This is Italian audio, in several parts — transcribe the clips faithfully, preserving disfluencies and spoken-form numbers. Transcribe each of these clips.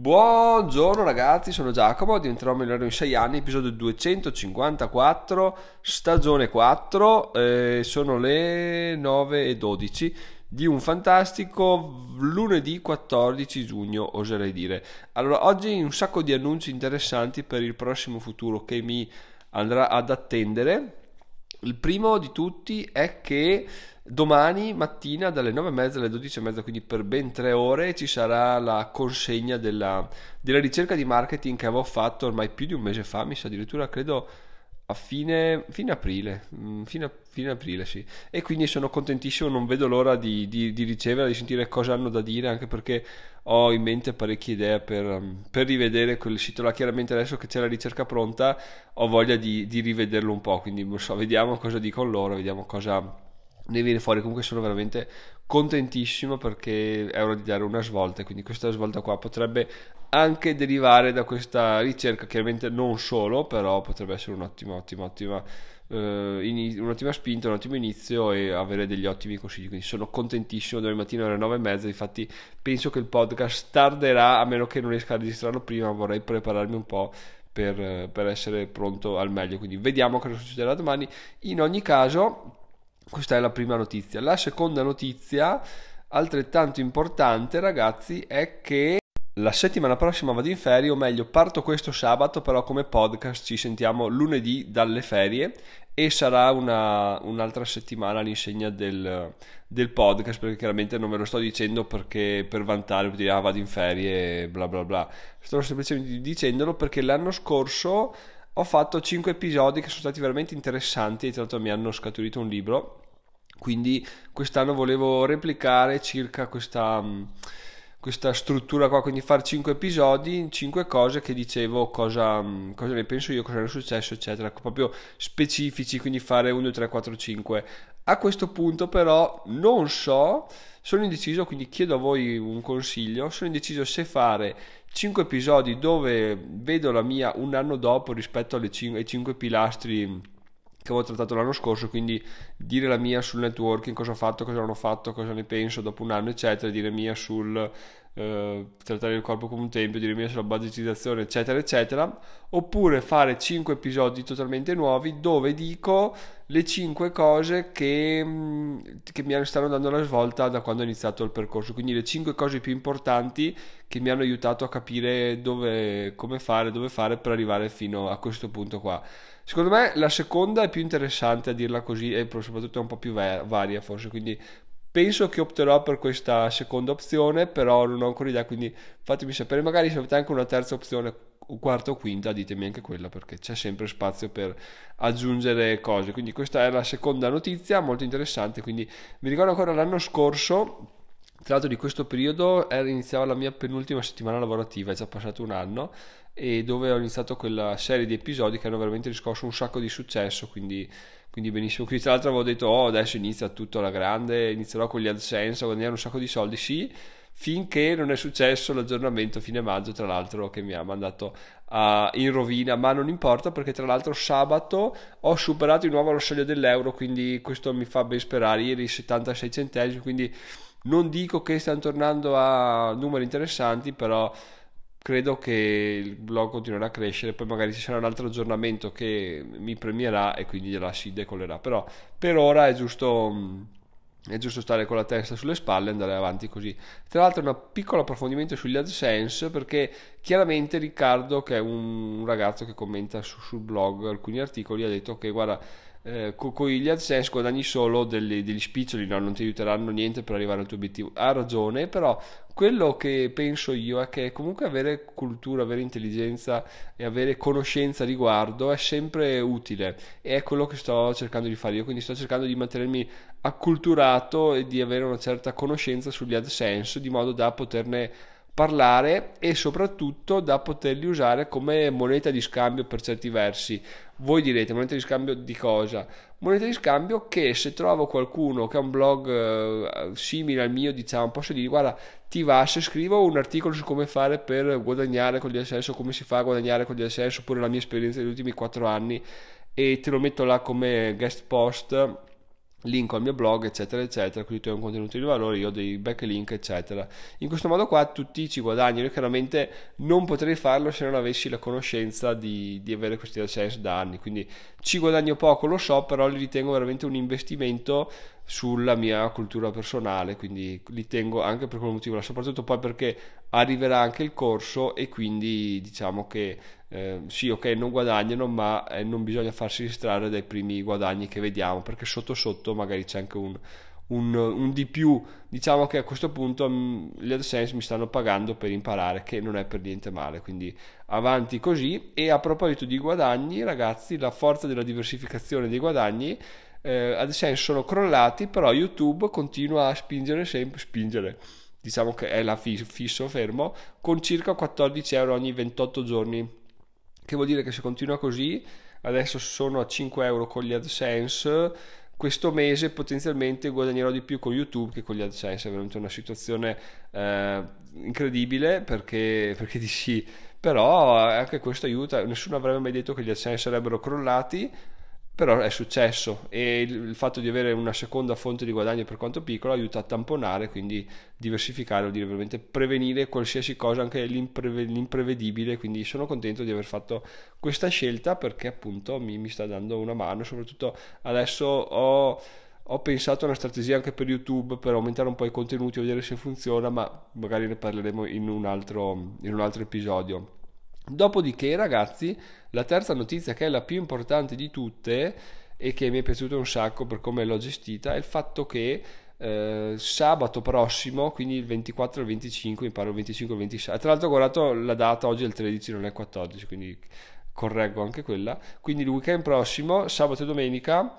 Buongiorno ragazzi, sono Giacomo, diventerò milionario in sei anni, episodio duecentocinquantaquattro, stagione quattro, eh, sono le nove e dodici di un fantastico lunedì quattordici giugno, oserei dire. Allora, oggi un sacco di annunci interessanti per il prossimo futuro che mi andrà ad attendere. Il primo di tutti è che domani mattina dalle nove e mezza alle dodici e mezza, quindi per ben tre ore, ci sarà la consegna della, della ricerca di marketing che avevo fatto ormai più di un mese fa, mi sa addirittura credo a fine, fine aprile, mm, fine, fine aprile sì, e quindi sono contentissimo, non vedo l'ora di, di, di riceverla, di sentire cosa hanno da dire, anche perché ho in mente parecchie idee per, um, per rivedere quel sito là. Chiaramente adesso che c'è la ricerca pronta ho voglia di, di rivederlo un po', quindi non so, vediamo cosa dicono loro, vediamo cosa ne viene fuori. Comunque sono veramente contentissimo perché è ora di dare una svolta, e quindi questa svolta qua potrebbe anche derivare da questa ricerca, chiaramente non solo, però potrebbe essere un'ottima ottima ottima eh, ini- un'ottima spinta, un ottimo inizio e avere degli ottimi consigli. Quindi sono contentissimo. Domani mattina alle nove e mezza, infatti penso che il podcast tarderà, a meno che non riesca a registrarlo prima. Vorrei prepararmi un po' per, per essere pronto al meglio, quindi vediamo cosa succederà domani. In ogni caso, questa è la prima notizia. La seconda notizia, altrettanto importante, ragazzi, è che la settimana prossima vado in ferie, o meglio, parto questo sabato, però come podcast ci sentiamo lunedì dalle ferie, e sarà una, un'altra settimana all'insegna del, del podcast, perché chiaramente non ve lo sto dicendo perché per vantare, per dire ah vado in ferie, bla bla bla. Sto semplicemente dicendolo perché l'anno scorso ho fatto cinque episodi che sono stati veramente interessanti, e tra l'altro mi hanno scaturito un libro, quindi quest'anno volevo replicare circa questa, mh, questa struttura qua, quindi fare cinque episodi, cinque cose che dicevo cosa, mh, cosa ne penso io, cosa ne è successo, eccetera, proprio specifici, quindi fare uno, due, tre, quattro, cinque. A questo punto però non so, sono indeciso, quindi chiedo a voi un consiglio. Sono indeciso se fare cinque episodi dove vedo la mia un anno dopo rispetto alle cin- ai cinque pilastri che avevo trattato l'anno scorso, quindi dire la mia sul networking, cosa ho fatto, cosa non ho fatto, cosa ne penso dopo un anno, eccetera, dire mia sul eh, trattare il corpo come un tempio, dire mia sulla budgetizzazione, eccetera, eccetera, oppure fare cinque episodi totalmente nuovi dove dico le cinque cose che, mh, che mi stanno dando la svolta da quando ho iniziato il percorso, quindi le cinque cose più importanti che mi hanno aiutato a capire dove, come fare, dove fare per arrivare fino a questo punto qua. Secondo me la seconda è più interessante, a dirla così, e soprattutto è un po' più va- varia forse, quindi penso che opterò per questa seconda opzione, però non ho ancora idea, quindi fatemi sapere. Magari se avete anche una terza opzione, o quarta o quinta, ditemi anche quella, perché c'è sempre spazio per aggiungere cose. Quindi questa è la seconda notizia, molto interessante. Quindi mi ricordo ancora l'anno scorso, tra l'altro di questo periodo era, iniziava la mia penultima settimana lavorativa, è già passato un anno, e dove ho iniziato quella serie di episodi che hanno veramente riscosso un sacco di successo, quindi, quindi benissimo. Quindi tra l'altro avevo detto oh adesso inizia tutto alla grande, inizierò con gli AdSense a guadagnare un sacco di soldi, sì, finché non è successo l'aggiornamento fine maggio, tra l'altro, che mi ha mandato a, in rovina, ma non importa, perché tra l'altro sabato ho superato di nuovo la soglia dell'euro, quindi questo mi fa ben sperare. Ieri settantasei centesimi, quindi non dico che stiamo tornando a numeri interessanti, però credo che il blog continuerà a crescere. Poi magari ci sarà un altro aggiornamento che mi premierà e quindi la si decollerà, però per ora è giusto è giusto stare con la testa sulle spalle e andare avanti così. Tra l'altro un piccolo approfondimento sugli AdSense, perché chiaramente Riccardo, che è un ragazzo che commenta su, sul blog alcuni articoli, ha detto che guarda, eh, con, con gli AdSense guadagni solo degli, degli spiccioli, no? Non ti aiuteranno niente per arrivare al tuo obiettivo. Ha ragione, però quello che penso io è che comunque avere cultura, avere intelligenza e avere conoscenza a riguardo è sempre utile, e è quello che sto cercando di fare io. Quindi sto cercando di mantenermi acculturato e di avere una certa conoscenza sugli AdSense, di modo da poterne parlare e soprattutto da poterli usare come moneta di scambio per certi versi. Voi direte, moneta di scambio di cosa? Moneta di scambio che, se trovo qualcuno che ha un blog eh, simile al mio, diciamo, posso dire guarda, ti va se scrivo un articolo su come fare per guadagnare con gli AdSense, o come si fa a guadagnare con gli AdSense, oppure la mia esperienza degli ultimi quattro anni, e te lo metto là come guest post link al mio blog, eccetera eccetera, quindi tu hai un contenuto di valore, io ho dei backlink, eccetera. In questo modo qua tutti ci guadagnano. Io chiaramente non potrei farlo se non avessi la conoscenza di, di avere questi AdSense da anni, quindi ci guadagno poco, lo so, però li ritengo veramente un investimento sulla mia cultura personale, quindi li tengo anche per quel motivo, soprattutto poi perché arriverà anche il corso e quindi diciamo che eh, sì, ok, non guadagnano, ma eh, non bisogna farsi distrarre dai primi guadagni che vediamo, perché sotto sotto magari c'è anche un, un, un di più. Diciamo che a questo punto mh, gli AdSense mi stanno pagando per imparare, che non è per niente male, quindi avanti così. E a proposito di guadagni, ragazzi, la forza della diversificazione dei guadagni, eh, AdSense sono crollati, però YouTube continua a spingere sempre, spingere, diciamo che è la fisso fermo, con circa quattordici euro ogni ventotto giorni, che vuol dire che se continua così, adesso sono a cinque euro con gli AdSense, questo mese potenzialmente guadagnerò di più con YouTube che con gli AdSense. È veramente una situazione eh, incredibile, perché, perché di sì, però anche questo aiuta. Nessuno avrebbe mai detto che gli AdSense sarebbero crollati, però è successo, e il, il fatto di avere una seconda fonte di guadagno, per quanto piccola, aiuta a tamponare, quindi diversificare vuol dire veramente prevenire qualsiasi cosa, anche l'impreve- l'imprevedibile. Quindi sono contento di aver fatto questa scelta, perché appunto mi, mi sta dando una mano. Soprattutto adesso ho, ho pensato a una strategia anche per YouTube, per aumentare un po' i contenuti, vedere se funziona, ma magari ne parleremo in un altro, in un altro episodio. Dopodiché, ragazzi, la terza notizia, che è la più importante di tutte e che mi è piaciuta un sacco per come l'ho gestita, è il fatto che eh, sabato prossimo, quindi il ventiquattro e il venticinque, mi pare il venticinque e il ventisei, tra l'altro ho guardato la data, oggi è il tredici, non è il quattordici, quindi correggo anche quella. Quindi il weekend prossimo, sabato e domenica,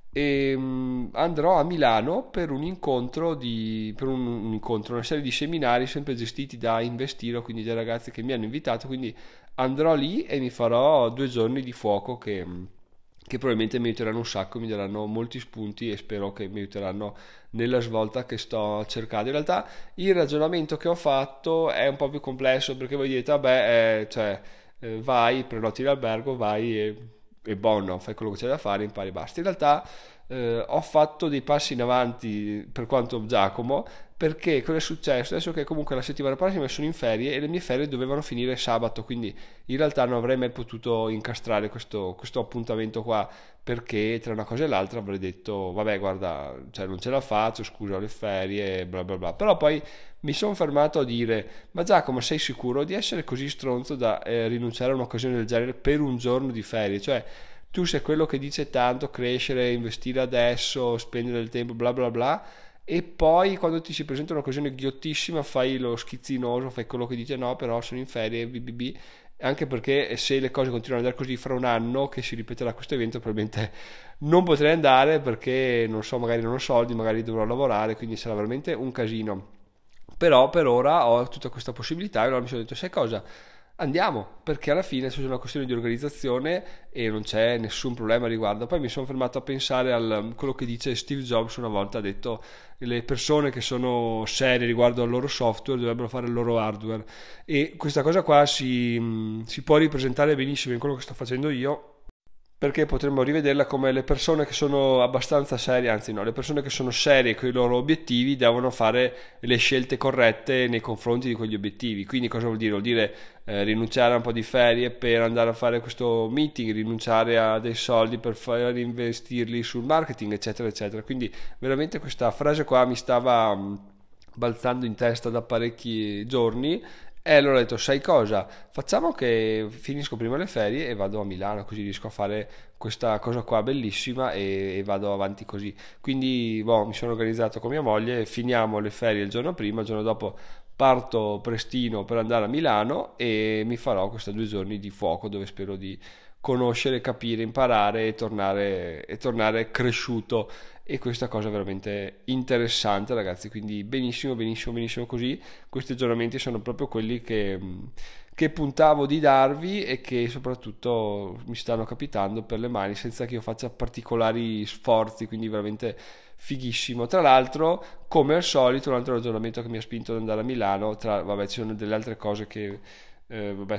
e mh, andrò a Milano per un incontro di per un, un incontro, una serie di seminari sempre gestiti da Investiro, quindi dai ragazzi che mi hanno invitato. Quindi andrò lì e mi farò due giorni di fuoco che, che probabilmente mi aiuteranno un sacco, mi daranno molti spunti e spero che mi aiuteranno nella svolta che sto cercando. In realtà il ragionamento che ho fatto è un po' più complesso, perché voi dite vabbè, eh, cioè eh, vai, prenoti l'albergo, vai e è buono, fai quello che c'è da fare, impari, basta. In realtà eh, ho fatto dei passi in avanti per quanto Giacomo, perché cosa è successo? Adesso che comunque la settimana prossima sono in ferie e le mie ferie dovevano finire sabato, quindi in realtà non avrei mai potuto incastrare questo, questo appuntamento qua, perché tra una cosa e l'altra avrei detto vabbè, guarda, cioè non ce la faccio, scusa, ho le ferie, bla bla bla. Però poi mi sono fermato a dire ma Giacomo, sei sicuro di essere così stronzo da eh, rinunciare a un'occasione del genere per un giorno di ferie? Cioè tu sei quello che dice tanto crescere, investire adesso, spendere il tempo, bla bla bla, e poi quando ti si presenta un'occasione ghiottissima fai lo schizzinoso, fai quello che dice no, però sono in ferie, bbb. Anche perché se le cose continuano ad andare così, fra un anno che si ripeterà questo evento probabilmente non potrei andare, perché non so, magari non ho soldi, magari dovrò lavorare, quindi sarà veramente un casino. Però per ora ho tutta questa possibilità e allora mi sono detto sai cosa, andiamo, perché alla fine c'è una questione di organizzazione e non c'è nessun problema a riguardo. Poi mi sono fermato a pensare a quello che dice Steve Jobs una volta, ha detto le persone che sono serie riguardo al loro software dovrebbero fare il loro hardware, e questa cosa qua si, si può ripresentare benissimo in quello che sto facendo io, perché potremmo rivederla come le persone che sono abbastanza serie, anzi no, le persone che sono serie con i loro obiettivi devono fare le scelte corrette nei confronti di quegli obiettivi. Quindi cosa vuol dire? Vuol dire eh, rinunciare a un po' di ferie per andare a fare questo meeting, rinunciare a dei soldi per far investirli sul marketing, eccetera eccetera. Quindi veramente questa frase qua mi stava mh, balzando in testa da parecchi giorni. E allora ho detto, sai cosa? Facciamo che finisco prima le ferie e vado a Milano, così riesco a fare questa cosa qua bellissima e, e vado avanti così. Quindi, boh, mi sono organizzato con mia moglie, finiamo le ferie il giorno prima, il giorno dopo parto prestino per andare a Milano e mi farò questi due giorni di fuoco dove spero di conoscere, capire, imparare e tornare, e tornare cresciuto. E questa cosa è veramente interessante, ragazzi, quindi benissimo benissimo benissimo così. Questi aggiornamenti sono proprio quelli che, che puntavo di darvi e che soprattutto mi stanno capitando per le mani senza che io faccia particolari sforzi, quindi veramente fighissimo. Tra l'altro, come al solito, un altro ragionamento che mi ha spinto ad andare a Milano, tra, vabbè, ci sono delle altre cose che eh, vabbè,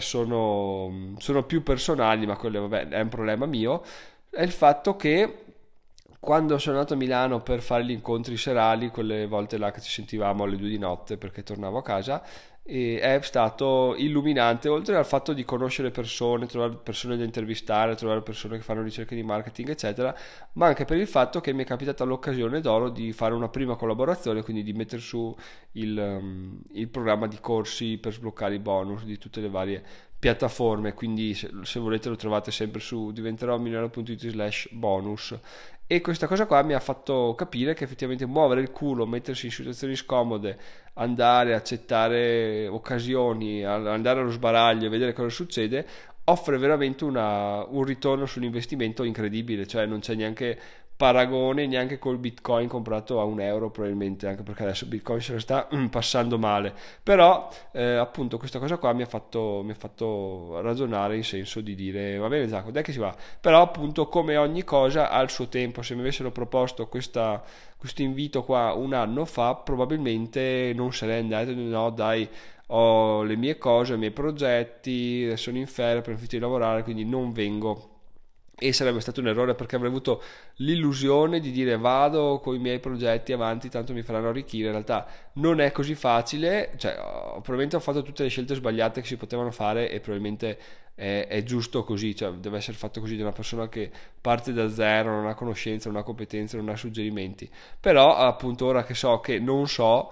sono, sono più personali, ma quello vabbè, è un problema mio, è il fatto che quando sono andato a Milano per fare gli incontri serali, quelle volte là che ci sentivamo alle due di notte perché tornavo a casa, e è stato illuminante, oltre al fatto di conoscere persone, trovare persone da intervistare, trovare persone che fanno ricerche di marketing eccetera, ma anche per il fatto che mi è capitata l'occasione d'oro di fare una prima collaborazione, quindi di mettere su il, um, il programma di corsi per sbloccare i bonus di tutte le varie piattaforme. Quindi se, se volete lo trovate sempre su diventerò milionario punto it slash bonus. E questa cosa qua mi ha fatto capire che effettivamente muovere il culo, mettersi in situazioni scomode, andare a accettare occasioni, andare allo sbaraglio e vedere cosa succede, offre veramente una, un ritorno sull'investimento incredibile. Cioè non c'è neanche paragone neanche col Bitcoin comprato a un euro, probabilmente, anche perché adesso Bitcoin se la sta mm, passando male. Però eh, appunto questa cosa qua mi ha fatto mi ha fatto ragionare, in senso di dire va bene Zacco, dai che si va. Però appunto, come ogni cosa ha il suo tempo. Se mi avessero proposto questa questo invito qua un anno fa, probabilmente non sarei andato. No dai, ho le mie cose, i miei progetti, sono in ferie, preferisco di lavorare, quindi non vengo. E sarebbe stato un errore, perché avrei avuto l'illusione di dire vado con i miei progetti avanti, tanto mi faranno arricchire. In realtà non è così facile. Cioè, probabilmente ho fatto tutte le scelte sbagliate che si potevano fare, e probabilmente è, è giusto così. Cioè, deve essere fatto così da una persona che parte da zero, non ha conoscenze, non ha competenze, non ha suggerimenti. Però appunto, ora che so che non so,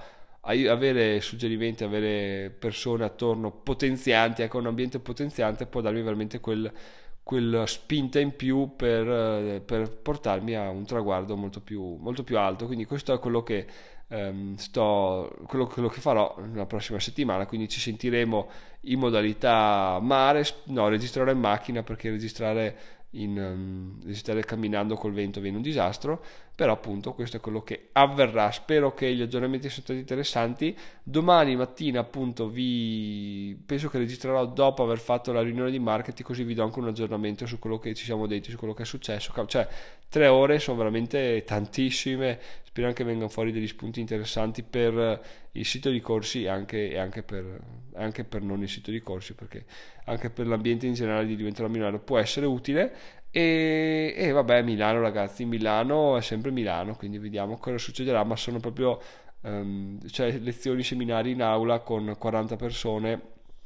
avere suggerimenti, avere persone attorno potenzianti, ecco, un ambiente potenziante può darmi veramente quel quella spinta in più per, per portarmi a un traguardo molto più, molto più alto. Quindi questo è quello che ehm, sto quello, quello che farò la prossima settimana. Quindi ci sentiremo in modalità mare. No, registrerò in macchina, perché registrare in um, registrare camminando col vento viene un disastro. Però appunto questo è quello che avverrà. Spero che gli aggiornamenti siano stati interessanti. Domani mattina appunto vi penso che registrerò dopo aver fatto la riunione di marketing, così vi do anche un aggiornamento su quello che ci siamo detti, su quello che è successo. Cioè, tre ore sono veramente tantissime. Spero che vengano fuori degli spunti interessanti per il sito di corsi, e anche, e anche, per, anche per non il sito di corsi, perché anche per l'ambiente in generale di Diventerò Milano può essere utile. E, e vabbè, Milano ragazzi, Milano è sempre Milano, quindi vediamo cosa succederà. Ma sono proprio um, cioè lezioni, seminari in aula con quaranta persone,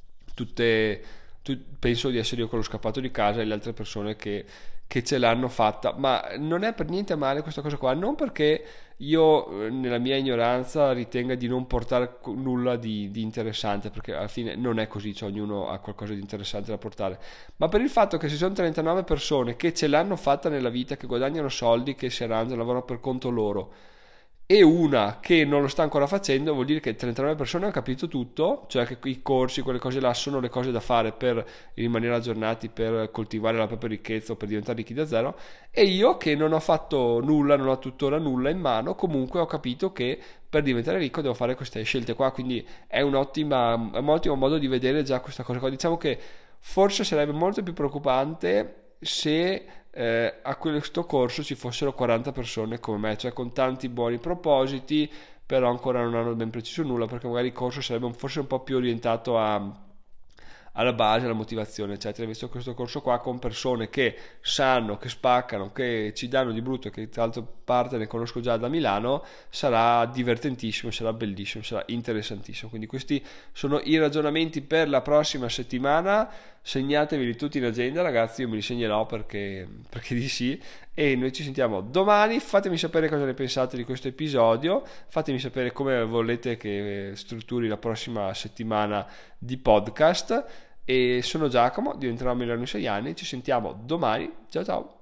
tutte tu, penso di essere io quello scappato di casa e le altre persone che, che ce l'hanno fatta. Ma non è per niente male questa cosa qua, non perché io nella mia ignoranza ritenga di non portare nulla di, di interessante, perché alla fine non è così, cioè ognuno ha qualcosa di interessante da portare, ma per il fatto che ci sono trentanove persone che ce l'hanno fatta nella vita, che guadagnano soldi, che si arrangiano, lavorano per conto loro, e una che non lo sta ancora facendo, vuol dire che trentanove persone hanno capito tutto, cioè che i corsi, quelle cose là sono le cose da fare per rimanere aggiornati, per coltivare la propria ricchezza o per diventare ricchi da zero. E io che non ho fatto nulla, non ho tuttora nulla in mano, comunque ho capito che per diventare ricco devo fare queste scelte qua. Quindi è un'ottima, è un ottimo modo di vedere già questa cosa qua. Diciamo che forse sarebbe molto più preoccupante se eh, a questo corso ci fossero quaranta persone come me, cioè con tanti buoni propositi, però ancora non hanno ben preciso nulla, perché magari il corso sarebbe forse un po' più orientato a alla base, alla motivazione eccetera. Invece questo corso qua con persone che sanno, che spaccano, che ci danno di brutto, che tra l'altro parte ne conosco già da Milano, sarà divertentissimo, sarà bellissimo, sarà interessantissimo. Quindi questi sono i ragionamenti per la prossima settimana. Segnateveli tutti in agenda ragazzi, io me li segnerò perché, perché di sì. E noi ci sentiamo domani. Fatemi sapere cosa ne pensate di questo episodio, fatemi sapere come volete che strutturi la prossima settimana di podcast. E sono Giacomo, diventerò Milano in sei anni. Ci sentiamo domani. Ciao ciao.